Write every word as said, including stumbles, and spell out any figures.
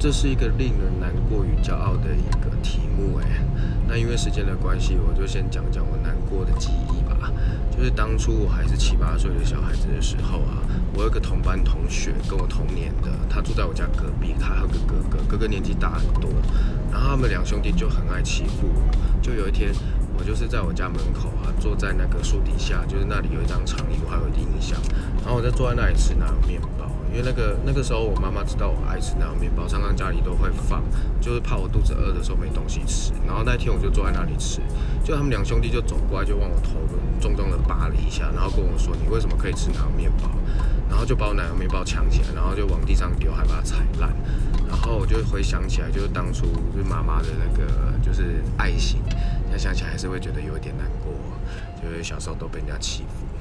这是一个令人难过与骄傲的一个题目哎。那因为时间的关系，我就先讲讲我难过的记忆吧。就是当初我还是七八岁的小孩子的时候啊，我有个同班同学跟我同年的，他住在我家隔壁，他还有个哥哥，哥哥年纪大很多，然后他们两兄弟就很爱欺负我。就有一天，我就是在我家门口啊，坐在那个树底下，就是那里有一张长椅，我还有印象。然后我在坐在那里吃奶油面包，因为那个那个时候我妈妈知道我爱吃奶油面包，常常家里都会放，就是怕我肚子饿的时候没东西吃。然后那天我就坐在那里吃，就他们两兄弟就走过来，就往我头重重的扒了一下，然后跟我说：“你为什么可以吃奶油面包？”然后就把我奶油面包抢起来，然后就往地上丢，还把它踩烂。然后我就回想起来，就是当初就是妈妈的那个就是爱心，现在想起来还是会觉得有一点难过，就是小时候都被人家欺负。